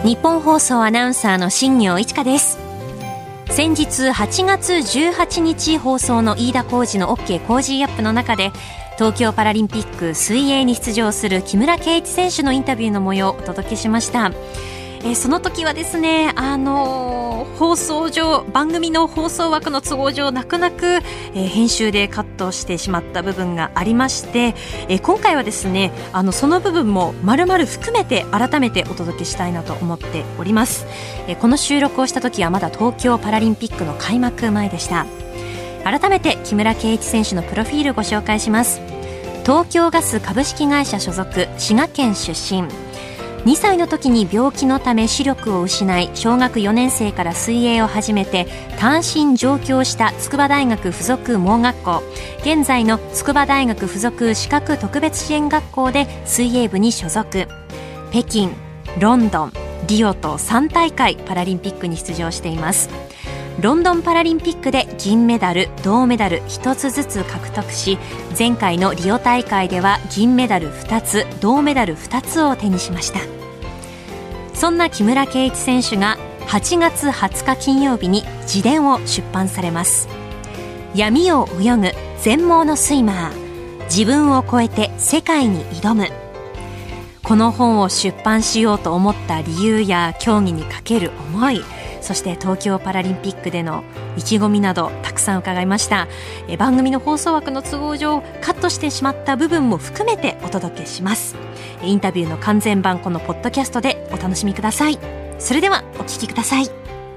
日本放送アナウンサーの新業一華です。先日8月18日放送の飯田浩司の OK コージーアップの中で、東京パラリンピック水泳に出場する木村敬一選手のインタビューの模様をお届けしました。その時はですね、放送上、番組の放送枠の都合上、泣く泣く、編集でカットしてしまった部分がありまして、今回はですね、その部分も丸々含めて改めてお届けしたいなと思っております。この収録をした時はまだ東京パラリンピックの開幕前でした。改めて木村敬一選手のプロフィールをご紹介します。東京ガス株式会社所属、滋賀県出身。2歳の時に病気のため視力を失い、小学4年生から水泳を始めて単身上京した筑波大学附属盲学校、現在の筑波大学附属視覚特別支援学校で水泳部に所属。北京、ロンドン、リオと3大会パラリンピックに出場しています。ロンドンパラリンピックで銀メダル、銅メダル1つずつ獲得し、前回のリオ大会では銀メダル2つ、銅メダル2つを手にしました。そんな木村敬一選手が8月20日金曜日に自伝を出版されます。闇を泳ぐ全盲のスイマー、自分を超えて世界に挑む。この本を出版しようと思った理由や競技にかける思い、そして東京パラリンピックでの意気込みなどたくさん伺いました。番組の放送枠の都合上カットしてしまった部分も含めてお届けします。インタビューの完全版、このポッドキャストでお楽しみください。それではお聞きください。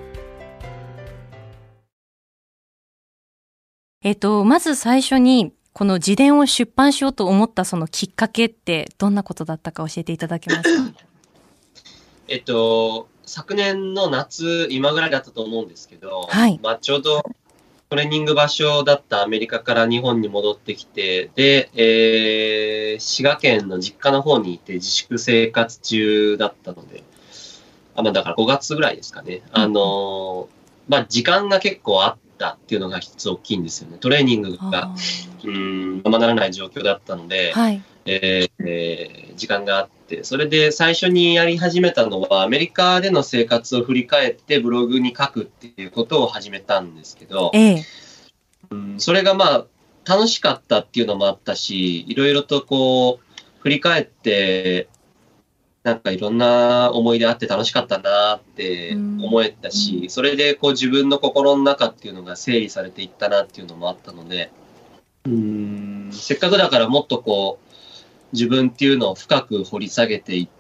まず最初にこの自伝を出版しようと思ったそのきっかけってどんなことだったか教えていただけますか？ 昨年の夏、今ぐらいだったと思うんですけど、 はい、 ちょうどトレーニング場所だったアメリカから日本に戻ってきて、で、滋賀県の実家の方にいて自粛生活中だったので、だから5月ぐらいですかね。時間が結構あったっていうのが一つ大きいんですよね。トレーニングがままならない状況だったので、 はい、 時間があって、それで最初にやり始めたのはアメリカでの生活を振り返ってブログに書くっていうことを始めたんですけど、それが楽しかったっていうのもあったし、いろいろとこう振り返ってなんかいろんな思い出あって楽しかったなって思えたし、それでこう自分の心の中っていうのが整理されていったなっていうのもあったので、せっかくだからもっとこう自分っていうのを深く掘り下げていって、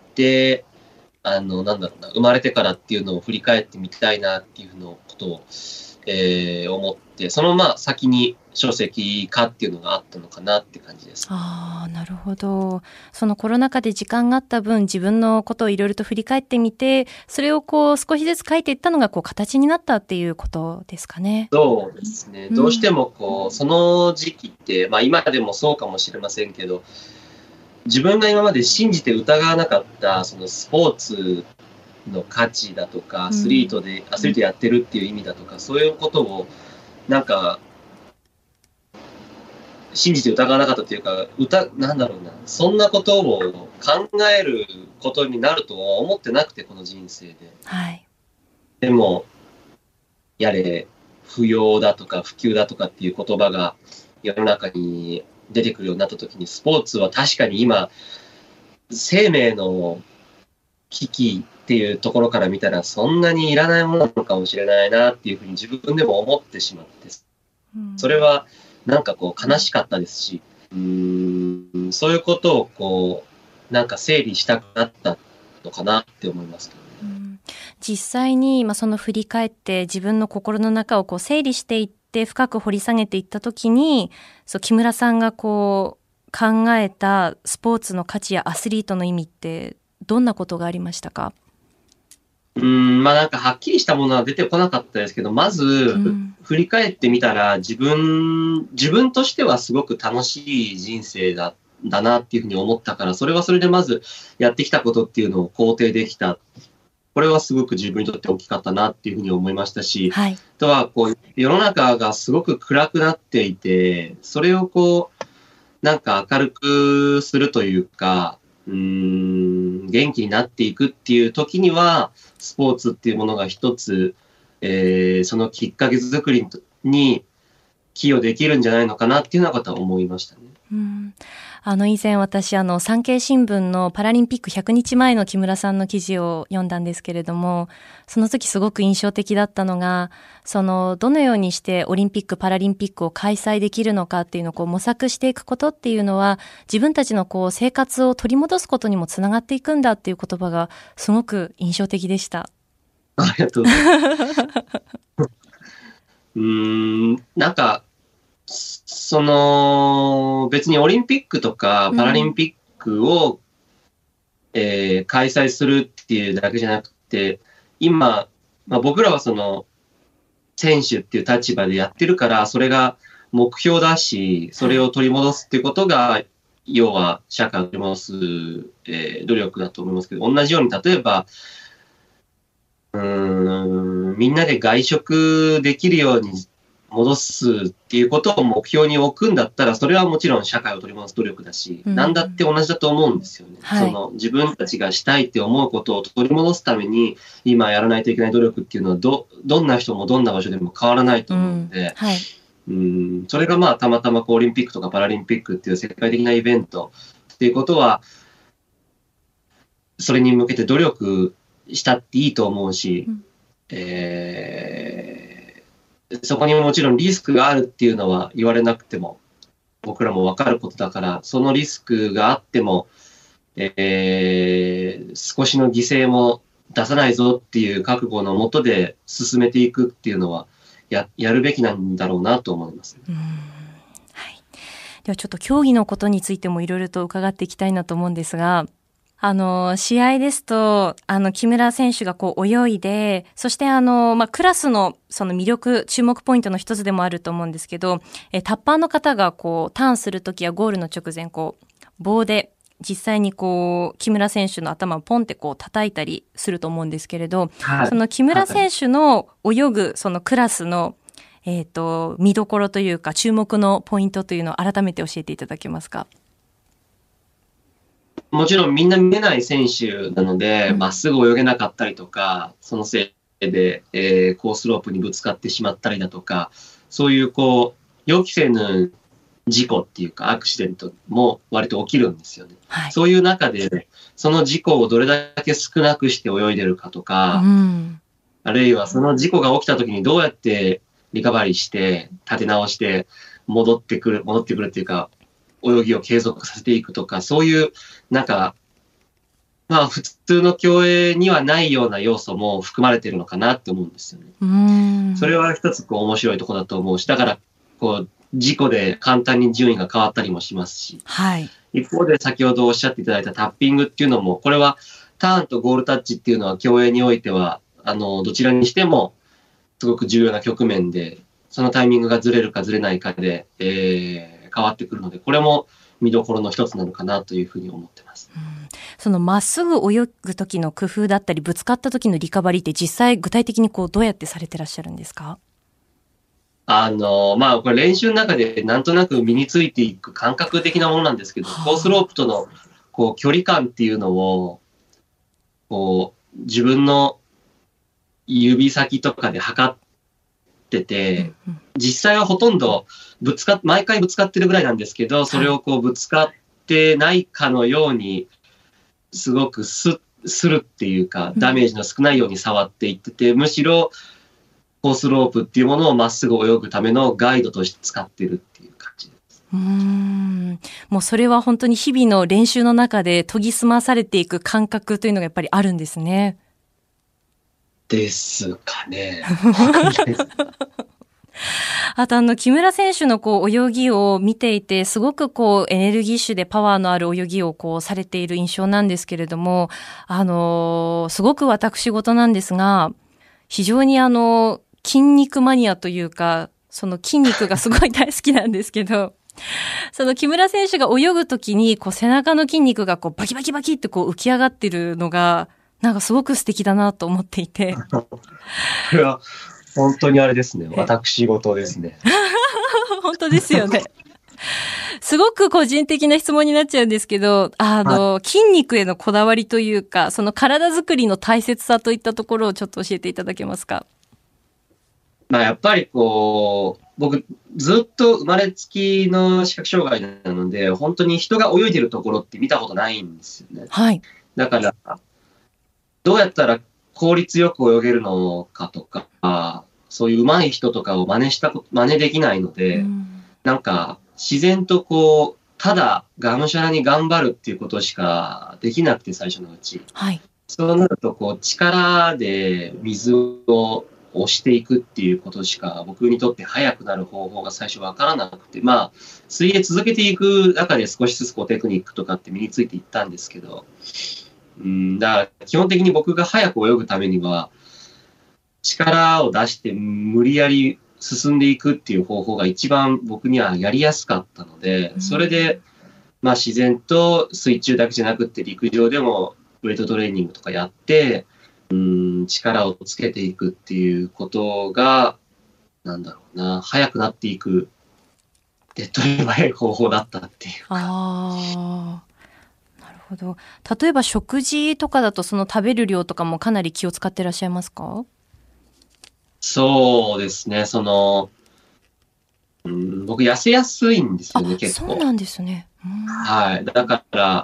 生まれてからっていうのを振り返ってみたいなっていうのことを、思って、その先に書籍化っていうのがあったのかなって感じです。 なるほど。そのコロナ禍で時間があった分、自分のことをいろいろと振り返ってみて、それをこう少しずつ書いていったのがこう形になったっていうことですかね。 そうですね。どうしてもこう、その時期って、今でもそうかもしれませんけど、自分が今まで信じて疑わなかったそのスポーツの価値だとか、アスリートやってるっていう意味だとか、そういうことをなんか信じて疑わなかったというか、そんなことを考えることになるとは思ってなくて、この人生で。 はい。 でもやれ不要だとか不及だとかっていう言葉が世の中に出てくるようになった時に、スポーツは確かに今生命の危機っていうところから見たらそんなにいらないものなのかもしれないなっていうふうに自分でも思ってしまって、それはなんかこう悲しかったですし、そういうことをこうなんか整理したくなったのかなって思いますけどね。 実際にその振り返って自分の心の中をこう整理していって深く掘り下げていった時に、木村さんがこう考えたスポーツの価値やアスリートの意味ってどんなことがありましたか？ なんかはっきりしたものは出てこなかったですけど、まず振り返ってみたら自分としてはすごく楽しい人生だなっていうふうに思ったから、それはそれでまずやってきたことっていうのを肯定できた。これはすごく自分にとって大きかったなっていうふうに思いましたし、 はい、 あとはこう世の中がすごく暗くなっていて、それをこうなんか明るくするというか、 元気になっていくっていう時には、スポーツっていうものが一つ、そのきっかけ作りに寄与できるんじゃないのかなっていうようなことは思いましたね。 以前私産経新聞のパラリンピック100日前の木村さんの記事を読んだんですけれども、その時すごく印象的だったのが、どのようにしてオリンピックパラリンピックを開催できるのかっていうのを模索していくことっていうのは、自分たちの生活を取り戻すことにもつながっていくんだっていう言葉がすごく印象的でした。 ありがとうございます。なんか別にオリンピックとかパラリンピックを、開催するっていうだけじゃなくて、今、僕らは選手っていう立場でやってるから、それが目標だし、それを取り戻すっていうことが、要は社会を取り戻す、努力だと思いますけど、同じように例えば、みんなで外食できるように戻すっていうことを目標に置くんだったら、それはもちろん社会を取り戻す努力だし、何だって同じだと思うんですよね。はい、自分たちがしたいって思うことを取り戻すために、今やらないといけない努力っていうのはどんな人もどんな場所でも変わらないと思うんで、はい、それがたまたまオリンピックとかパラリンピックっていう世界的なイベントっていうことは、それに向けて努力したっていいと思うし、そこにもちろんリスクがあるっていうのは言われなくても僕らも分かることだから、そのリスクがあっても、少しの犠牲も出さないぞっていう覚悟のもとで進めていくっていうのはやるべきなんだろうなと思います。 はい、ではちょっと競技のことについてもいろいろと伺っていきたいなと思うんですが、試合ですと、木村選手が泳いで、そしてクラスのその魅力、注目ポイントの一つでもあると思うんですけど、タッパーの方がターンするときやゴールの直前、棒で実際に木村選手の頭をポンって叩いたりすると思うんですけれど、はい、その木村選手の泳ぐそのクラスの、見どころというか注目のポイントというのを改めて教えていただけますか？ もちろんみんな見えない選手なので、まっすぐ泳げなかったりとか、そのせいで、コースロープにぶつかってしまったりだとか、そういう予期せぬ事故っていうかアクシデントも割と起きるんですよね。はい、そういう中で、その事故をどれだけ少なくして泳いでるかとか、あるいはその事故が起きた時にどうやってリカバリーして、立て直して戻ってくるっていうか、泳ぎを継続させていくとか、そういう普通の競泳にはないような要素も含まれているのかなって思うんですよね。それは一つ面白いところだと思うし、だから事故で簡単に順位が変わったりもしますし、はい、一方で先ほどおっしゃっていただいたタッピングっていうのも、これはターンとゴールタッチっていうのは競泳においてはどちらにしてもすごく重要な局面で、そのタイミングがずれるかずれないかで、変わってくるので、これも見どころの一つなのかなというふうに思ってます。 そのまっすぐ泳ぐ時の工夫だったり、ぶつかった時のリカバリーって実際具体的にどうやってされてらっしゃるんですか？ これ練習の中でなんとなく身についていく感覚的なものなんですけど、コースロープとの距離感っていうのを自分の指先とかで測ってて、実際はほとんど毎回ぶつかってるぐらいなんですけど、それをぶつかってないかのようにすごくするっていうか、ダメージの少ないように触っていってて、むしろコースロープっていうものをまっすぐ泳ぐためのガイドとして使ってるっていう感じです。 もうそれは本当に日々の練習の中で研ぎ澄まされていく感覚というのがやっぱりあるんですね。 ですかね。 あと木村選手の泳ぎを見ていて、すごくエネルギッシュでパワーのある泳ぎをされている印象なんですけれども、すごく私事なんですが、非常に筋肉マニアというか、その筋肉がすごい大好きなんですけど、その木村選手が泳ぐときに背中の筋肉がバキバキバキって浮き上がってるのが、すごく素敵だなと思っていて。 これは本当にあれですね。私事ですね。 本当ですよね。 すごく個人的な質問になっちゃうんですけど、筋肉へのこだわりというか、その体作りの大切さといったところをちょっと教えていただけますか？ やっぱり僕、ずっと生まれつきの視覚障害なので、本当に人が泳いでるところって見たことないんですよね。 はい。 だから、どうやったら効率よく泳げるのかとか、そういう上手い人とかを真似できないので、なんか、自然とただがむしゃらに頑張るっていうことしかできなくて、最初のうち。 はい。 そうなると、力で水を押していくっていうことしか僕にとって速くなる方法が最初わからなくて、水泳続けていく中で少しずつテクニックとかって身についていったんですけど、だから基本的に僕が速く泳ぐためには、力を出して無理やり進んでいくっていう方法が一番僕にはやりやすかったので、それで、自然と水中だけじゃなくって陸上でもウェイトトレーニングとかやって、力をつけていくっていうことが、速くなっていく、手っ取り早い方法だったっていうか。 なるほど。例えば食事とかだとその食べる量とかもかなり気を使ってらっしゃいますか？ そうですね、僕痩せやすいんですよね、結構。 そうなんですね。 はい。だから、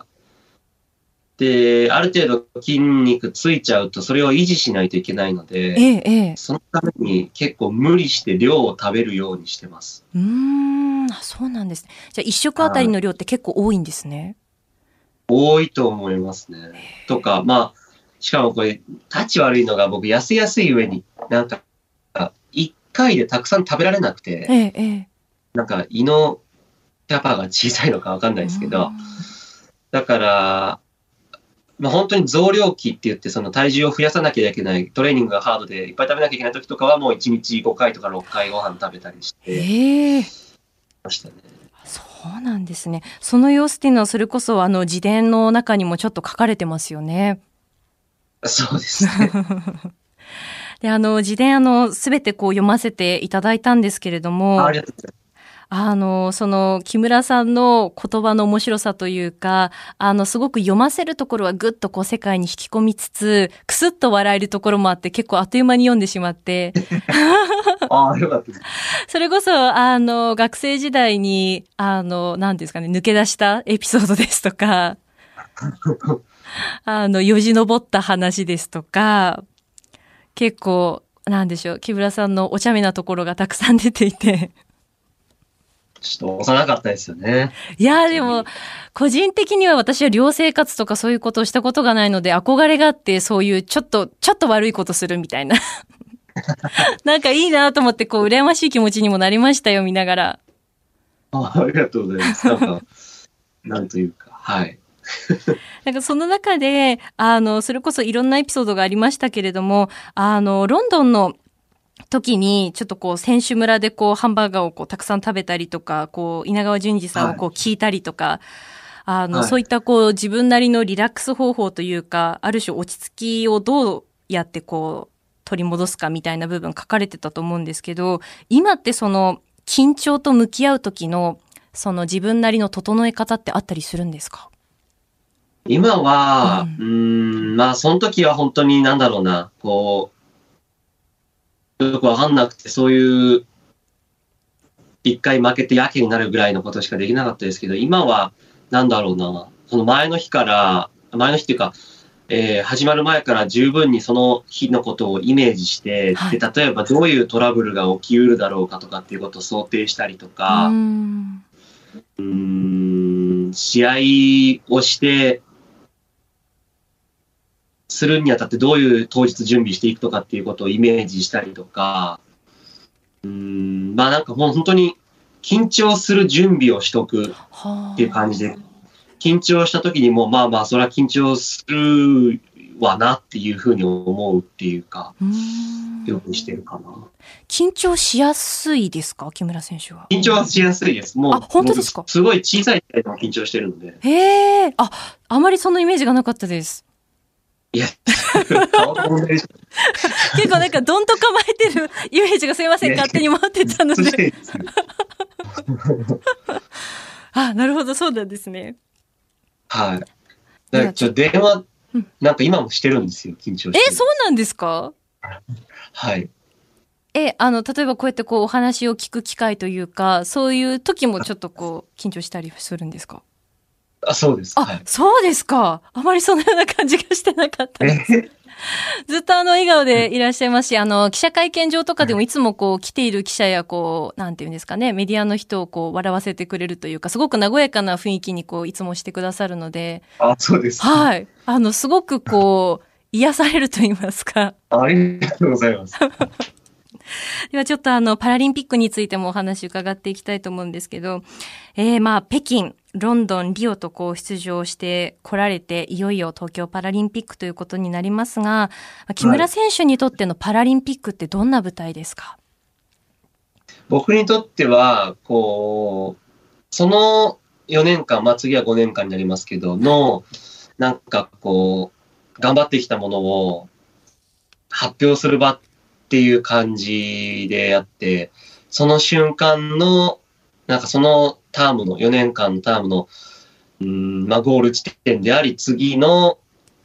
で、ある程度筋肉ついちゃうと、それを維持しないといけないので、そのために結構無理して量を食べるようにしてます。 そうなんですね。じゃあ一食あたりの量って結構多いんですね。 多いと思いますね。とか、しかもこれ、タチ悪いのが僕痩せやすい上に、一回でたくさん食べられなくて、胃のキャパが小さいのかわかんないですけど、だから、本当に増量期って言って、その体重を増やさなきゃいけない、トレーニングがハードでいっぱい食べなきゃいけない時とかはもう1日5回とか6回ご飯食べたりしてましたね。 そうなんですね。その様子っていうのはそれこそ自伝の中にもちょっと書かれてますよね。 そうですね。 で、自伝すべて読ませていただいたんですけれども、 ありがとうございます。 その木村さんの言葉の面白さというか、すごく読ませるところはぐっと世界に引き込みつつ、くすっと笑えるところもあって、結構あっという間に読んでしまって。 よかったです。 それこそ、学生時代に、何ですかね、抜け出したエピソードですとか、よじ登った話ですとか、結構、木村さんのお茶目なところがたくさん出ていて、 ちょっと幼かったですよね。 いや、でも、個人的には私は寮生活とかそういうことをしたことがないので、憧れがあって、そういうちょっと悪いことするみたいな。いいなと思って、羨ましい気持ちにもなりましたよ、見ながら。 ありがとうございます。なんというか、はい。 その中で、それこそいろんなエピソードがありましたけれども、ロンドンの時に、ちょっと選手村でハンバーガーをたくさん食べたりとか、稲川淳二さんを聞いたりとか、そういった自分なりのリラックス方法というか、ある種落ち着きをどうやって取り戻すかみたいな部分書かれてたと思うんですけど、今ってその緊張と向き合う時のその自分なりの整え方ってあったりするんですか？ 今は、その時は本当によくわかんなくて、そういう、一回負けてやけになるぐらいのことしかできなかったですけど、今は、その前の日っていうか、始まる前から十分にその日のことをイメージして、で、例えばどういうトラブルが起きうるだろうかとかっていうことを想定したりとか、試合をするにあたってどういう当日準備していくとかっていうことをイメージしたりとか、本当に緊張する準備をしとくっていう感じで、緊張した時にもそれは緊張するわなっていうふうに思うっていうか、よくしてるかな。 緊張しやすいですか、木村選手は？ 緊張はしやすいです。もう、 本当ですか？ すごい小さい時も緊張してるので。 へえ、あまりそのイメージがなかったです。 いや、顔の問題でしょ。 結構どんと構えてるイメージがすいません、勝手に回ってたので。 あ、なるほど、そうなんですね。 はい。だから電話、なんか今もしてるんですよ、緊張して。 そうなんですか？ はい。 例えばこうやってお話を聞く機会というか、そういう時もちょっと緊張したりするんですか？ そうです。 はい。そうですか。あまりそのような感じがしてなかったです。ずっと笑顔でいらっしゃいますし、記者会見場とかでもいつも来ている記者やなんていうんですかね、メディアの人を笑わせてくれるというか、すごく和やかな雰囲気にいつもしてくださるので。 そうです。 はい。すごく癒されると言いますか。 ありがとうございます。 ではちょっとパラリンピックについてもお話伺っていきたいと思うんですけど、北京、ロンドン、リオと出場して来られて、いよいよ東京パラリンピックということになりますが、木村選手にとってのパラリンピックってどんな舞台ですか？ 僕にとっては、その4年間、次は5年間になりますけど、なんか頑張ってきたものを発表する場っていう感じであって、その瞬間の、なんかそのタームの、4年間のタームの、ゴール地点であり、次の、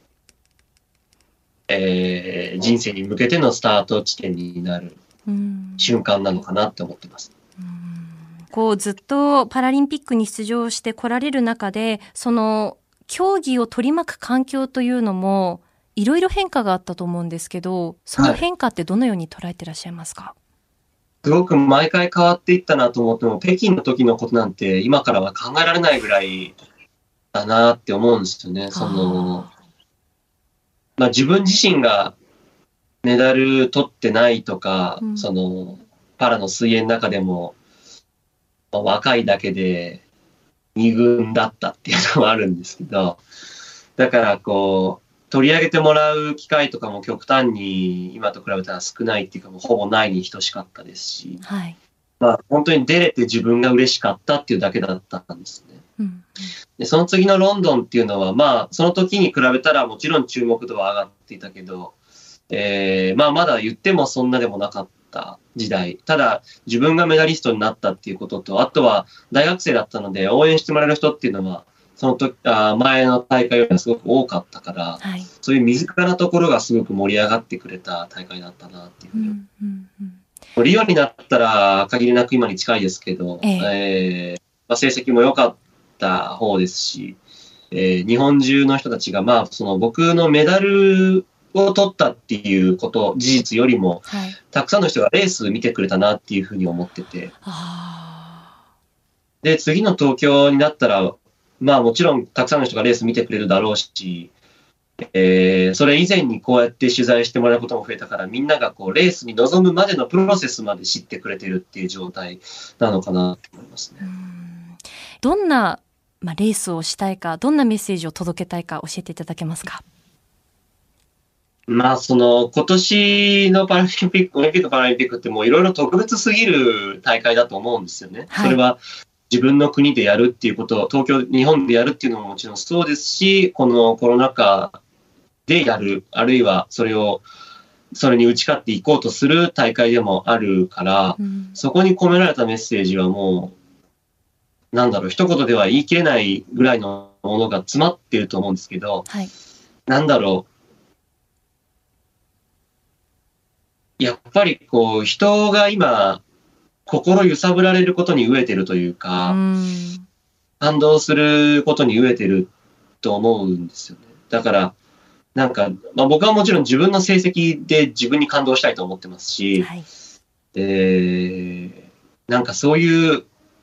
人生に向けてのスタート地点になる瞬間なのかなって思ってます。 ずっとパラリンピックに出場して来られる中で、その競技を取り巻く環境というのも、いろいろ変化があったと思うんですけど、その変化ってどのように捉えてらっしゃいますか？ すごく毎回変わっていったなと思っても、北京の時のことなんて今からは考えられないぐらいだなって思うんですよね。自分自身がメダル取ってないとか、パラの水泳の中でも、若いだけで2軍だったっていうのもあるんですけど、だから取り上げてもらう機会とかも極端に今と比べたら少ないっていうか、もうほぼないに等しかったですし、 はい、 本当に出れて自分が嬉しかったっていうだけだったんですね。でその次のロンドンっていうのは、その時に比べたらもちろん注目度は上がっていたけど、まだ言ってもそんなでもなかった時代。ただ、自分がメダリストになったっていうことと、あとは大学生だったので応援してもらえる人っていうのは、その時、前の大会よりはすごく多かったから、はい、そういう身近なところがすごく盛り上がってくれた大会だったなっていうふうに。リオになったら限りなく今に近いですけど、成績も良かった方ですし、日本中の人たちが、僕のメダルを取ったっていうこと、事実よりも、はい、たくさんの人がレース見てくれたなっていうふうに思ってて。で、次の東京になったら、もちろんたくさんの人がレース見てくれるだろうし、それ以前にこうやって取材してもらうことも増えたから、みんながレースに臨むまでのプロセスまで知ってくれてるっていう状態なのかなと思いますね。 どんな、レースをしたいか、どんなメッセージを届けたいか教えていただけますか？ 今年のパラリンピック、オリンピック・パラリンピックってもういろいろ特別すぎる大会だと思うんですよね。はい、それは自分の国でやるっていうことを、日本でやるっていうのももちろんそうですし、このコロナ禍でやる、あるいはそれに打ち勝っていこうとする大会でもあるから、そこに込められたメッセージはもう、一言では言い切れないぐらいのものが詰まっていると思うんですけど、はい、やっぱり人が今、心揺さぶられることに飢えてるというか、感動することに飢えてると思うんですよね。だから、僕はもちろん自分の成績で自分に感動したいと思ってますし、はい、そういう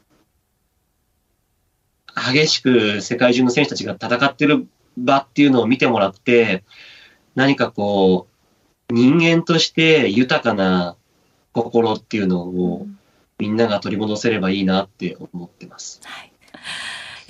激しく世界中の選手たちが戦ってる場っていうのを見てもらって、何か人間として豊かな心っていうのをみんなが取り戻せればいいなって思ってます。 はい、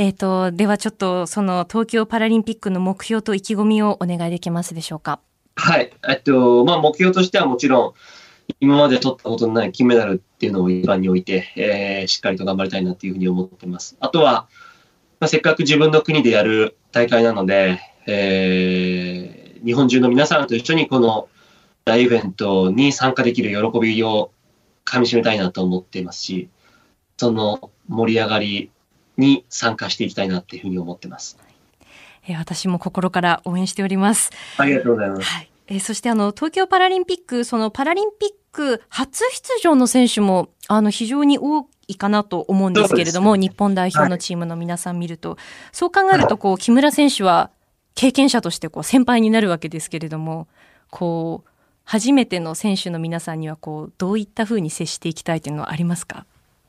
ではちょっとその東京パラリンピックの目標と意気込みをお願いできますでしょうか。 はい。目標としてはもちろん今まで取ったことのない金メダルっていうのを一番に置いて、しっかりと頑張りたいなっていうふうに思ってます。あとは、せっかく自分の国でやる大会なので、日本中の皆さんと一緒にこの大イベントに参加できる喜びをかみしめたいなと思っていますし、その盛り上がりに参加していきたいなっていうふうに思ってます。 私も心から応援しております。 ありがとうございます。 はい。そして東京パラリンピック、そのパラリンピック初出場の選手も非常に多いかなと思うんですけれども、日本代表のチームの皆さん見ると、そう考えると木村選手は経験者として先輩になるわけですけれども、初めての選手の皆さんにはどういったふうに接していきたいというのはありますか？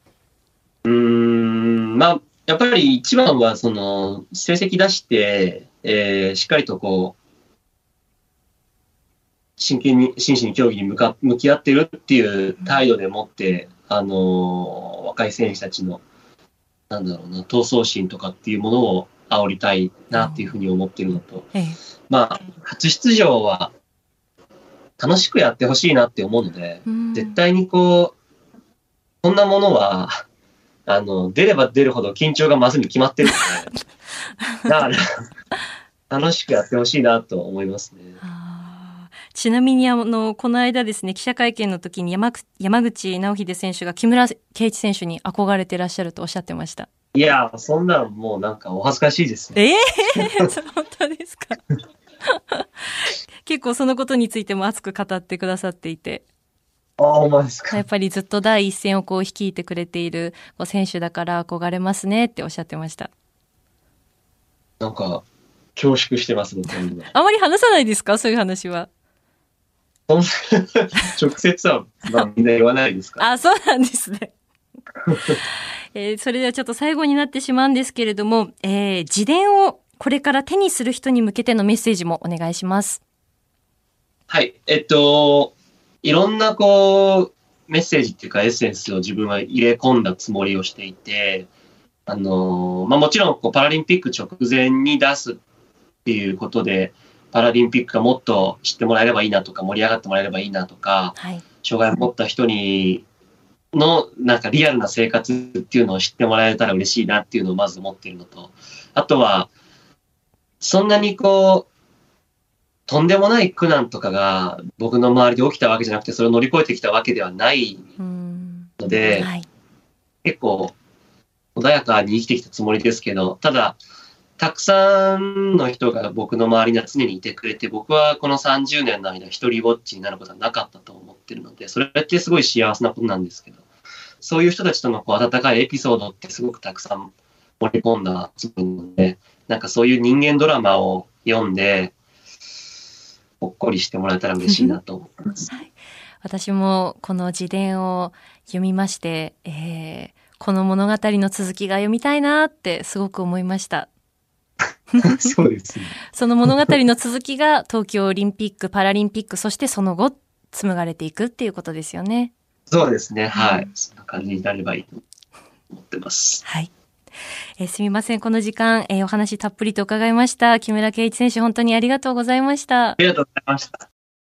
やっぱり一番は成績出して、しっかりと真摯に競技に向き合ってるっていう態度でもって、若い選手たちの闘争心とかっていうものを煽りたいなっていうふうに思ってるのと、初出場は楽しくやってほしいなって思うので、絶対にこんなものは出れば出るほど緊張が増すに決まってるので、だから楽しくやってほしいなと思いますね。 ちなみにこの間ですね、記者会見の時に山口直秀選手が木村敬一選手に憧れてらっしゃるとおっしゃってました。 いや、そんなのもうお恥ずかしいですね。 本当ですか？結構そのことについても熱く語ってくださっていて。 ほんまですか？ やっぱりずっと第一線を率いてくれている選手だから憧れますねっておっしゃってました。 恐縮してますね。 あまり話さないですか？そういう話は。 直接はみんな言わないですか？ そうなんですね。それではちょっと最後になってしまうんですけれども、自伝をこれから手にする人に向けてのメッセージもお願いします。 はい。いろんなメッセージっていうかエッセンスを自分は入れ込んだつもりをしていて、もちろんパラリンピック直前に出すっていうことで、パラリンピックがもっと知ってもらえればいいなとか、盛り上がってもらえればいいなとか、障害を持った人のリアルな生活っていうのを知ってもらえたら嬉しいなっていうのをまず思っているのと、あとは、そんなにとんでもない苦難とかが僕の周りで起きたわけじゃなくて、それを乗り越えてきたわけではないので、結構穏やかに生きてきたつもりですけど、ただ、たくさんの人が僕の周りには常にいてくれて、僕はこの30年の間一人ぼっちになることはなかったと思ってるので、それってすごい幸せなことなんですけど、そういう人たちとの温かいエピソードってすごくたくさん盛り込んだつもりなので、そういう人間ドラマを読んで、ほっこりしてもらえたら嬉しいなと思ってます。 私もこの自伝を読みまして、この物語の続きが読みたいなってすごく思いました。 そうですね。その物語の続きが東京オリンピック・パラリンピック、そしてその後紡がれていくっていうことですよね。 そうですね。はい。そんな感じになればいいと思ってます。 はい。すみません。この時間、お話たっぷりと伺いました。木村敬一選手、本当にありがとうございました。 ありがとうございました。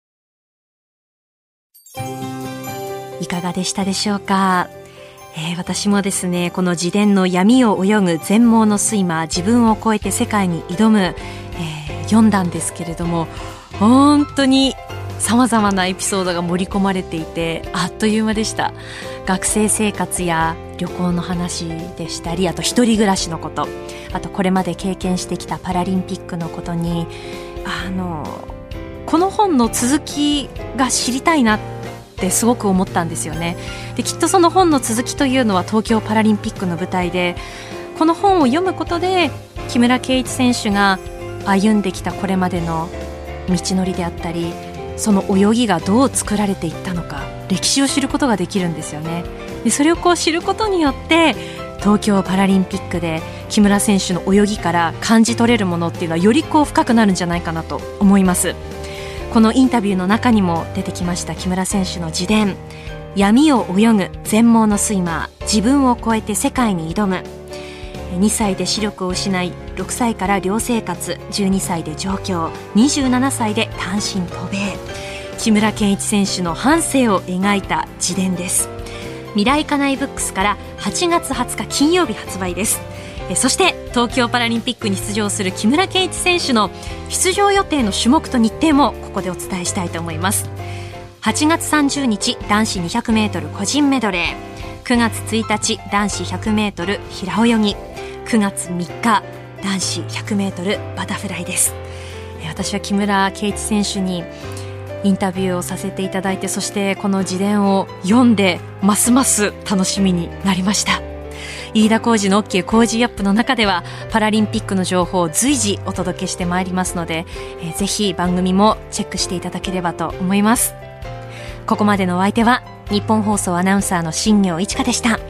いかがでしたでしょうか？私もですね、この自伝の闇を泳ぐ全盲のスイマー、自分を超えて世界に挑む、読んだんですけれども、本当に様々なエピソードが盛り込まれていて、あっという間でした。学生生活や旅行の話でしたり、あと一人暮らしのこと、あとこれまで経験してきたパラリンピックのことに、この本の続きが知りたいなってすごく思ったんですよね。で、きっとその本の続きというのは東京パラリンピックの舞台で、この本を読むことで木村敬一選手が歩んできたこれまでの道のりであったり、その泳ぎがどう作られていったのか、歴史を知ることができるんですよね。で、それを知ることによって東京パラリンピックで木村選手の泳ぎから感じ取れるものっていうのはより深くなるんじゃないかなと思います。このインタビューの中にも出てきました木村選手の自伝、闇を泳ぐ全盲のスイマー、自分を超えて世界に挑む。2歳で視力を失い、6歳から寮生活、12歳で上京、27歳で単身渡米。木村敬一選手の半生を描いた自伝です。未来かないブックスから8月20日金曜日発売です。そして東京パラリンピックに出場する木村敬一選手の出場予定の種目と日程もここでお伝えしたいと思います。8月30日男子 200m 個人メドレー、9月1日男子 100m 平泳ぎ、 9月3日男子 100m バタフライです。私は木村敬一選手にインタビューをさせていただいて、そしてこの自伝を読んでますます楽しみになりました。飯田浩司の OK 工事アップの中ではパラリンピックの情報を随時お届けしてまいりますので、ぜひ番組もチェックしていただければと思います。ここまでのお相手は日本放送アナウンサーの新業一華でした。